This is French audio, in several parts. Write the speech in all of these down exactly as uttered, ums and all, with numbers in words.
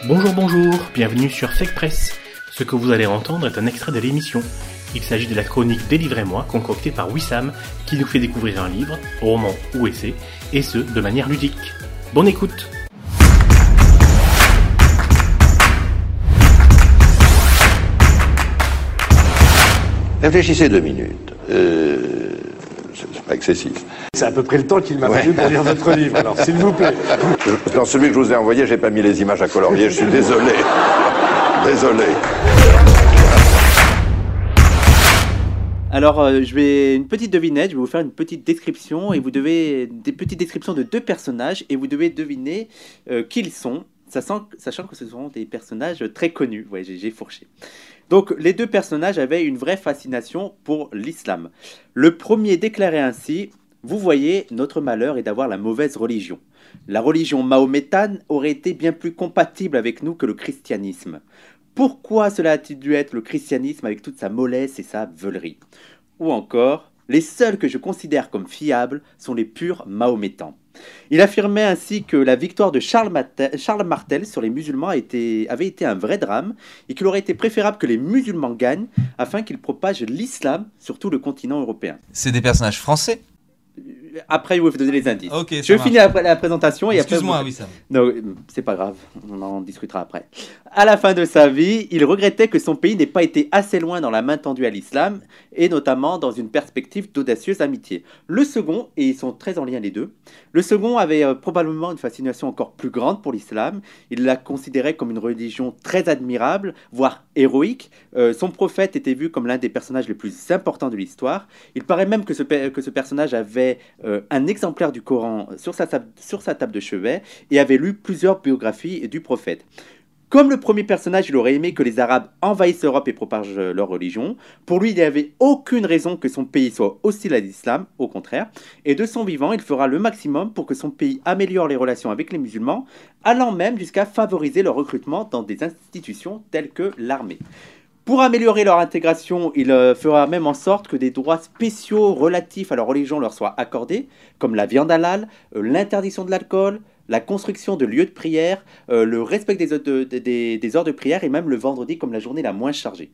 Bonjour, bonjour, bienvenue sur SecPress. Ce que vous allez entendre est un extrait de l'émission. Il s'agit de la chronique Délivrez-moi, concoctée par Wissam, qui nous fait découvrir un livre, roman ou essai, et ce, de manière ludique. Bonne écoute. Réfléchissez deux minutes. Euh, c'est pas excessif. C'est à peu près le temps qu'il m'a fallu ouais. pour lire votre livre, alors s'il vous plaît. Dans celui que je vous ai envoyé, j'ai pas mis les images à colorier, je suis désolé. Désolé. Alors, euh, je vais une petite devinette, je vais vous faire une petite description et vous devez des petites descriptions de deux personnages et vous devez deviner euh, qui ils sont, sachant, sachant que ce sont des personnages très connus. Ouais, j'ai, j'ai fourché. Donc, les deux personnages avaient une vraie fascination pour l'islam. Le premier déclarait ainsi: vous voyez, notre malheur est d'avoir la mauvaise religion. La religion mahométane aurait été bien plus compatible avec nous que le christianisme. Pourquoi cela a-t-il dû être le christianisme avec toute sa mollesse et sa veulerie? Ou encore, les seuls que je considère comme fiables sont les purs mahométans. Il affirmait ainsi que la victoire de Charles Martel, Charles Martel sur les musulmans a été, avait été un vrai drame et qu'il aurait été préférable que les musulmans gagnent afin qu'ils propagent l'islam sur tout le continent européen. C'est des personnages français? Après, je vais vous donner les indices. Okay, je finis la, la présentation. Excuse-moi, et après, oui, ça. Non, c'est pas grave. On en discutera après. À la fin de sa vie, il regrettait que son pays n'ait pas été assez loin dans la main tendue à l'islam, et notamment dans une perspective d'audacieuse amitié. Le second, et ils sont très en lien les deux, le second avait euh, probablement une fascination encore plus grande pour l'islam. Il la considérait comme une religion très admirable, voire héroïque. Euh, son prophète était vu comme l'un des personnages les plus importants de l'histoire. Il paraît même que ce, que ce personnage avait euh, un exemplaire du Coran sur sa, sur sa table de chevet et avait lu plusieurs biographies du prophète. Comme le premier personnage, il aurait aimé que les Arabes envahissent l'Europe et propagent leur religion. Pour lui, il n'y avait aucune raison que son pays soit hostile à l'islam, au contraire. Et de son vivant, il fera le maximum pour que son pays améliore les relations avec les musulmans, allant même jusqu'à favoriser leur recrutement dans des institutions telles que l'armée. Pour améliorer leur intégration, il euh, fera même en sorte que des droits spéciaux relatifs à leur religion leur soient accordés, comme la viande halal, euh, l'interdiction de l'alcool, la construction de lieux de prière, euh, le respect des, de, de, des, des heures de prière et même le vendredi comme la journée la moins chargée.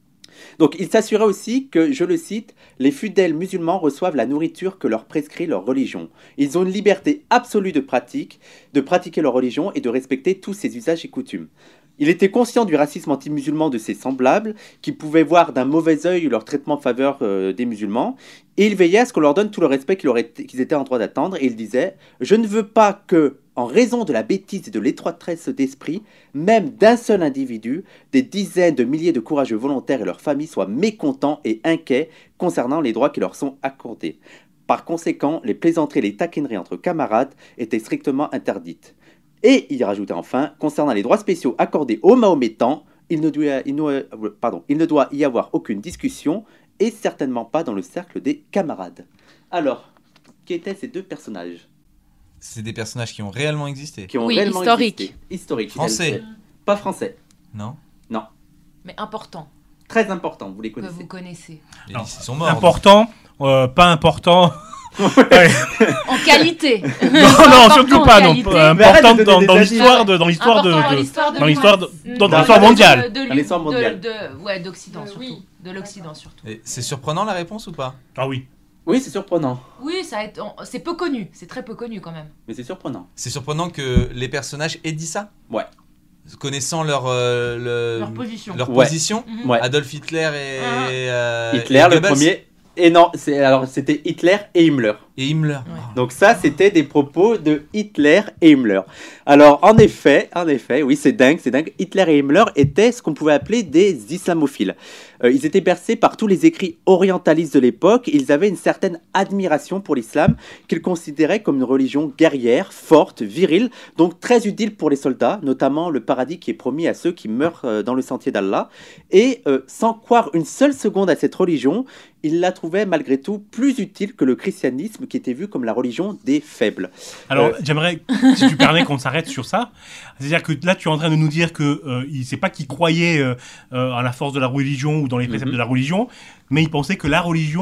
Donc il s'assurait aussi que, je le cite, les fidèles musulmans reçoivent la nourriture que leur prescrit leur religion. Ils ont une liberté absolue de pratique, de pratiquer leur religion et de respecter tous ses usages et coutumes. Il était conscient du racisme anti-musulman de ses semblables, qui pouvaient voir d'un mauvais œil leur traitement en faveur euh, des musulmans, et il veillait à ce qu'on leur donne tout le respect qu'ils, auraient, qu'ils étaient en droit d'attendre, et il disait « Je ne veux pas que, en raison de la bêtise et de l'étroitesse d'esprit, même d'un seul individu, des dizaines de milliers de courageux volontaires et leurs familles soient mécontents et inquiets concernant les droits qui leur sont accordés. Par conséquent, les plaisanteries et les taquineries entre camarades étaient strictement interdites. » Et il rajoutait enfin, concernant les droits spéciaux accordés aux Mahométans, il ne, doit, il, ne, pardon, il ne doit y avoir aucune discussion, et certainement pas dans le cercle des camarades. Alors, qui étaient ces deux personnages? C'est des personnages qui ont réellement existé. Qui ont oui, réellement historique. existé. Historique. Français. Pas français. Non. Non. Mais important. Très important, vous les connaissez. Que vous connaissez. Les Alors, lycées sont morts. Important, euh, pas important... Ouais. En qualité. Non, non, surtout pas. Non, euh, important dans, dans l'histoire de, dans l'histoire de, dans de, l'histoire, de dans l'histoire, de, dans, dans l'histoire mondiale. De, de, de, dans l'histoire mondiale. De, de, ouais, d'Occident euh, surtout. Oui. De l'Occident surtout. Et c'est surprenant la réponse ou pas? Ah oui. Oui, c'est surprenant. Oui, ça a été, c'est peu connu. C'est très peu connu quand même. Mais c'est surprenant. C'est surprenant que les personnages aient dit ça? Ouais. Connaissant leur euh, le, leur position. Leur ouais. position. Mm-hmm. Ouais. Adolf Hitler et, Ah. euh, Hitler, et le Goebbels. premier. Et non, c'est, alors c'était Hitler et Himmler. Et Himmler. Ouais. Oh. Donc ça, c'était des propos de Hitler et Himmler. Alors, en effet, en effet, oui, c'est dingue, c'est dingue. Hitler et Himmler étaient ce qu'on pouvait appeler des islamophiles. Euh, ils étaient bercés par tous les écrits orientalistes de l'époque. Ils avaient une certaine admiration pour l'islam, qu'ils considéraient comme une religion guerrière, forte, virile, donc très utile pour les soldats, notamment le paradis qui est promis à ceux qui meurent euh, dans le sentier d'Allah. Et euh, sans croire une seule seconde à cette religion, ils la trouvaient malgré tout plus utile que le christianisme qui était vu comme la religion des faibles. Alors, Euh, j'aimerais, si tu permets, qu'on s'arrête sur ça. C'est-à-dire que là, tu es en train de nous dire que euh, il, c'est pas qu'ils croyaient euh, euh, à la force de la religion ou dans les préceptes Mhm. de la religion, mais ils pensaient que la religion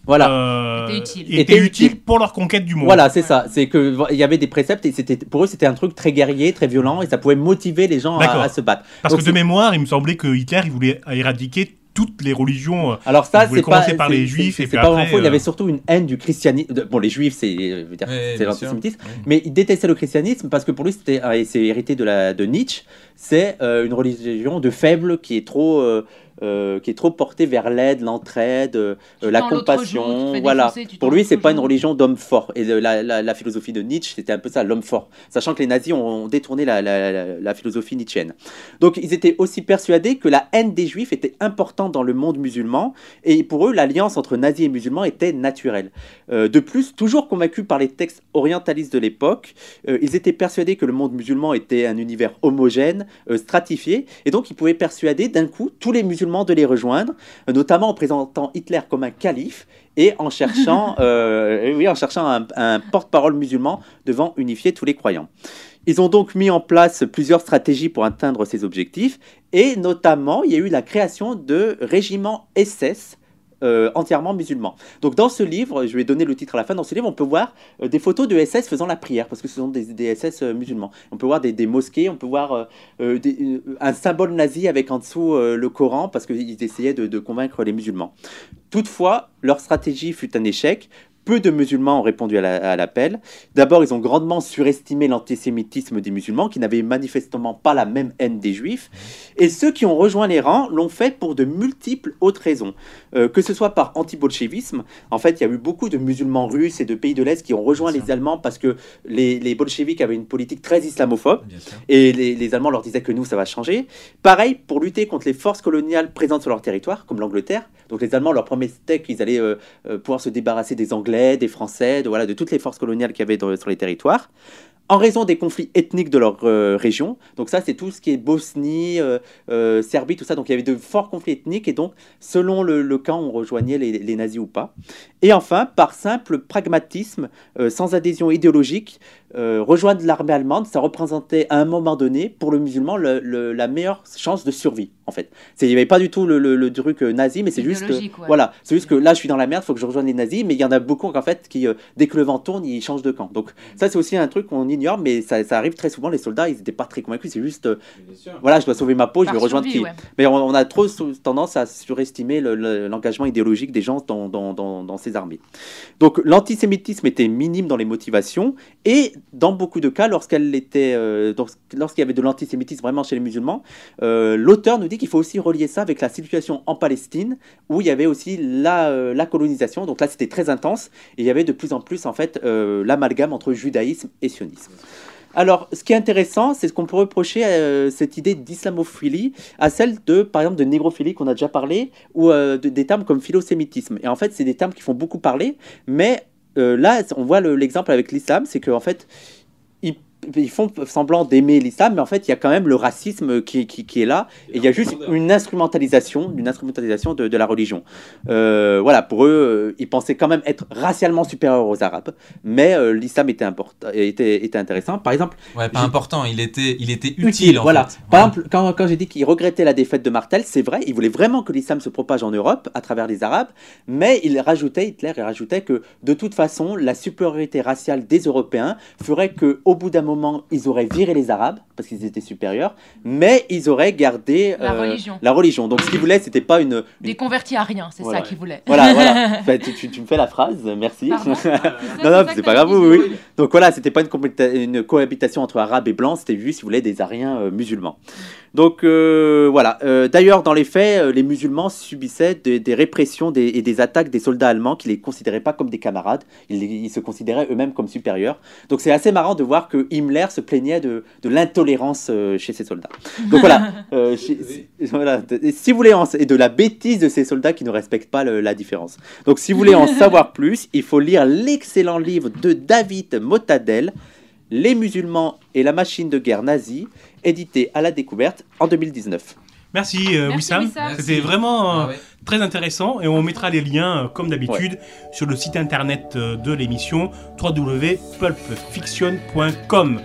Voilà. euh, Était utile. était Était utile utile. pour leur conquête du monde. Voilà, c'est ça. C'est que il y avait des préceptes et c'était pour eux c'était un truc très guerrier, très violent et ça pouvait motiver les gens à, D'accord. à se battre. Parce Donc, que de c'est- mémoire, il me semblait que Hitler, il voulait éradiquer toutes les religions. euh, Alors ça, il voulait c'est pas, commencer par c'est- les c'est- Juifs c'est- et c'est puis pas vraiment après, faux. Il y euh, avait surtout une haine du christianisme. de- Bon, les Juifs, c'est, euh, je veux dire, Ouais, c'est bien l'antisémitisme, sûr. Oui. mais il détestait le christianisme parce que pour lui, c'était, euh, et c'est hérité de la de Nietzsche, c'est euh, une religion de faibles qui est trop, euh, euh, qui est trop portée vers l'aide, l'entraide, euh, Tu la tends l'autre compassion. joue, tu te fais Voilà. défoncer, tu Pour tends lui, l'autre c'est pas une joue. religion d'homme fort. Et le- la, la, la philosophie de Nietzsche, c'était un peu ça, l'homme fort. Sachant que les nazis ont détourné la, la, la, la philosophie nietzschéenne. Donc, ils étaient aussi persuadés que la haine des juifs était importante dans le monde musulman. Et pour eux, l'alliance entre nazis et musulmans était naturelle. Euh, de plus, toujours convaincus par les textes orientalistes de l'époque, euh, ils étaient persuadés que le monde musulman était un univers homogène, euh, stratifié. Et donc, ils pouvaient persuader d'un coup tous les musulmans de les rejoindre, euh, notamment en présentant Hitler comme un calife et en cherchant, euh, oui, en cherchant un, un porte-parole musulman devant unifier tous les croyants. Ils ont donc mis en place plusieurs stratégies pour atteindre ces objectifs et notamment, il y a eu la création de régiments S S euh, entièrement musulmans. Donc dans ce livre, je vais donner le titre à la fin, dans ce livre, on peut voir euh, des photos de S S faisant la prière, parce que ce sont des, des S S euh, musulmans. On peut voir des, des mosquées, on peut voir euh, euh, des, euh, un symbole nazi avec en dessous euh, le Coran, parce qu'ils essayaient de, de convaincre les musulmans. Toutefois, leur stratégie fut un échec. Peu de musulmans ont répondu à la- à l'appel. D'abord, ils ont grandement surestimé l'antisémitisme des musulmans, qui n'avaient manifestement pas la même haine des juifs. Et ceux qui ont rejoint les rangs l'ont fait pour de multiples autres raisons. Euh, que ce soit par anti-bolchevisme, en fait, il y a eu beaucoup de musulmans russes et de pays de l'Est qui ont rejoint Bien les sûr. Allemands parce que les, les bolcheviks avaient une politique très islamophobe. Bien sûr. Et les, les Allemands leur disaient que nous, ça va changer. Pareil, pour lutter contre les forces coloniales présentes sur leur territoire, comme l'Angleterre. Donc les Allemands leur promettaient qu'ils allaient euh, euh, pouvoir se débarrasser des Anglais, des Français, de, voilà, de toutes les forces coloniales qu'il y avait dans- sur les territoires. En raison des conflits ethniques de leur euh, région. Donc ça, c'est tout ce qui est Bosnie, euh, euh, Serbie, tout ça. Donc il y avait de forts conflits ethniques. Et donc, selon le, le camp, on rejoignait les, les nazis ou pas. Et enfin, par simple pragmatisme, euh, sans adhésion idéologique, euh, rejoindre l'armée allemande, ça représentait à un moment donné, pour le musulman, le- le- la meilleure chance de survie, en fait. C'est- Il n'y avait pas du tout le, le- le truc euh, nazi, mais c'est juste que, Idéologique, ouais. voilà, c'est juste que là, je suis dans la merde, il faut que je rejoigne les nazis, mais il y en a beaucoup, en fait, qui, euh, dès que le vent tourne, ils changent de camp. Donc ça, c'est aussi un truc qu'on ignore, mais ça, ça arrive très souvent, les soldats, ils n'étaient pas très convaincus, c'est juste, euh, voilà, je dois sauver ma peau, je Par vais rejoindre survie, qui ouais. Mais on, on a trop sou- tendance à surestimer le- le- l'engagement idéologique des gens dans, dans, dans, dans ces armées. Donc l'antisémitisme était minime dans les motivations et dans beaucoup de cas, lorsqu'elle était, euh, donc, lorsqu'il y avait de l'antisémitisme vraiment chez les musulmans, euh, l'auteur nous dit qu'il faut aussi relier ça avec la situation en Palestine où il y avait aussi la, euh, la colonisation. Donc là, c'était très intense et il y avait de plus en plus en fait euh, l'amalgame entre judaïsme et sionisme. Alors, ce qui est intéressant, c'est ce qu'on peut reprocher à euh, cette idée d'islamophilie à celle de, par exemple, de négrophilie qu'on a déjà parlé, ou euh, de- des termes comme philosémitisme. Et en fait, c'est des termes qui font beaucoup parler, mais euh, là, on voit le- l'exemple avec l'islam, c'est qu'en fait, ils, ils font semblant d'aimer l'islam, mais en fait, il y a quand même le racisme qui, qui, qui est là, et il y a juste une instrumentalisation, une instrumentalisation de, de la religion. Euh, voilà, pour eux, euh, ils pensaient quand même être racialement supérieurs aux Arabes, mais euh, l'islam était, important, était, était intéressant. Par exemple, Ouais, pas J'ai- important, il était, il était utile, utile, en voilà. fait. Par Ouais. exemple, quand, quand j'ai dit qu'il regrettait la défaite de Martel, c'est vrai, il voulait vraiment que l'islam se propage en Europe à travers les Arabes, mais il rajoutait, Hitler, il rajoutait que de toute façon, la supériorité raciale des Européens ferait qu'au bout d'un moment, ils auraient viré les Arabes, parce qu'ils étaient supérieurs, mais ils auraient gardé La euh, religion. la religion. Donc ce qu'ils voulaient, c'était pas une... une- Des convertis à rien, c'est Voilà. ça qu'ils voulaient. Voilà, voilà. Enfin, tu, tu- tu me fais la phrase, merci. Pardon. Non, non, c'est pas grave, oui, oui. Donc voilà, c'était pas une, compéta- une cohabitation entre arabes et blancs, c'était juste, si vous voulez, des ariens euh, musulmans. Donc euh, voilà. Euh, D'ailleurs, dans les faits, euh, les musulmans subissaient des, des répressions des- et des attaques des soldats allemands qui les considéraient pas comme des camarades, ils, les- ils se considéraient eux-mêmes comme supérieurs. Donc c'est assez marrant de voir que Himmler se plaignait de, de l'intolérance euh, chez ses soldats. Donc voilà. euh, chez- voilà. Et si vous voulez en- et de la bêtise de ces soldats qui ne respectent pas le- la différence. Donc si vous voulez en savoir plus, il faut lire l'excellent livre de David Motadel, Les musulmans et la machine de guerre nazie, édité à la Découverte en deux mille dix-neuf. Merci, euh, Merci, Wissam. Wissam. C'était Merci. vraiment euh, Ah ouais. très intéressant et on mettra les liens, euh, comme d'habitude, sur le site internet euh, de l'émission w w w point pulp fiction point com.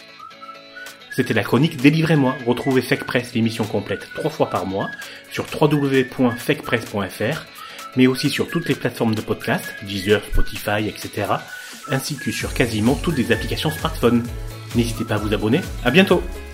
C'était la chronique Délivrez-moi. Retrouvez Fake Press, l'émission complète, trois fois par mois, sur w w w point fake press point f r. mais aussi sur toutes les plateformes de podcast, Deezer, Spotify, et cetera, ainsi que sur quasiment toutes les applications smartphones. N'hésitez pas à vous abonner, à bientôt!